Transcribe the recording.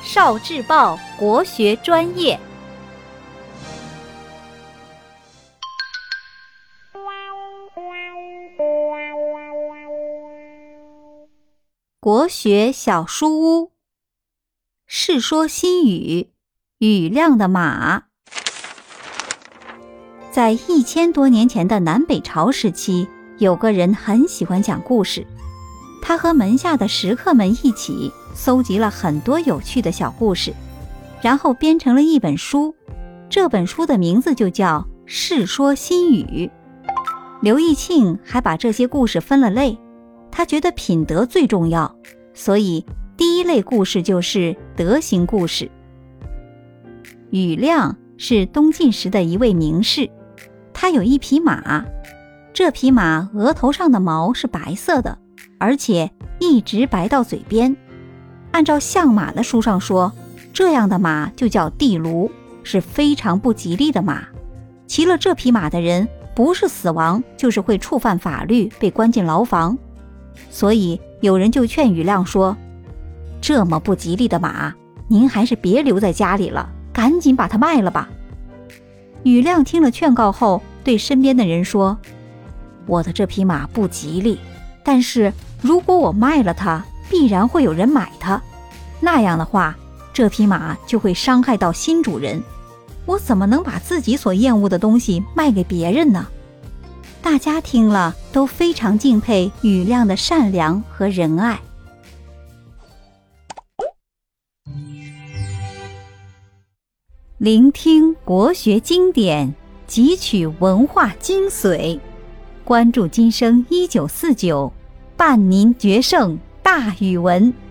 少智报国学专业。国学小书屋，《世说新语》，庾亮的马。在1000多年前的南北朝时期，有个人很喜欢讲故事，他和门下的食客们一起搜集了很多有趣的小故事，然后编成了一本书。这本书的名字就叫《世说新语》。刘义庆还把这些故事分了类，他觉得品德最重要，所以第一类故事就是德行故事。庾亮是东晋时的一位名士，他有一匹马，这匹马额头上的毛是白色的，而且一直白到嘴边。按照相马的书上说，这样的马就叫地卢，是非常不吉利的马。骑了这匹马的人，不是死亡，就是会触犯法律，被关进牢房。所以有人就劝庾亮说，这么不吉利的马，您还是别留在家里了，赶紧把它卖了吧。庾亮听了劝告后，对身边的人说，我的这匹马不吉利，但是如果我卖了它，必然会有人买它，那样的话，这匹马就会伤害到新主人，我怎么能把自己所厌恶的东西卖给别人呢？大家听了都非常敬佩庾亮的善良和仁爱。聆听国学经典，汲取文化精髓，关注今生1949，伴您决胜大语文。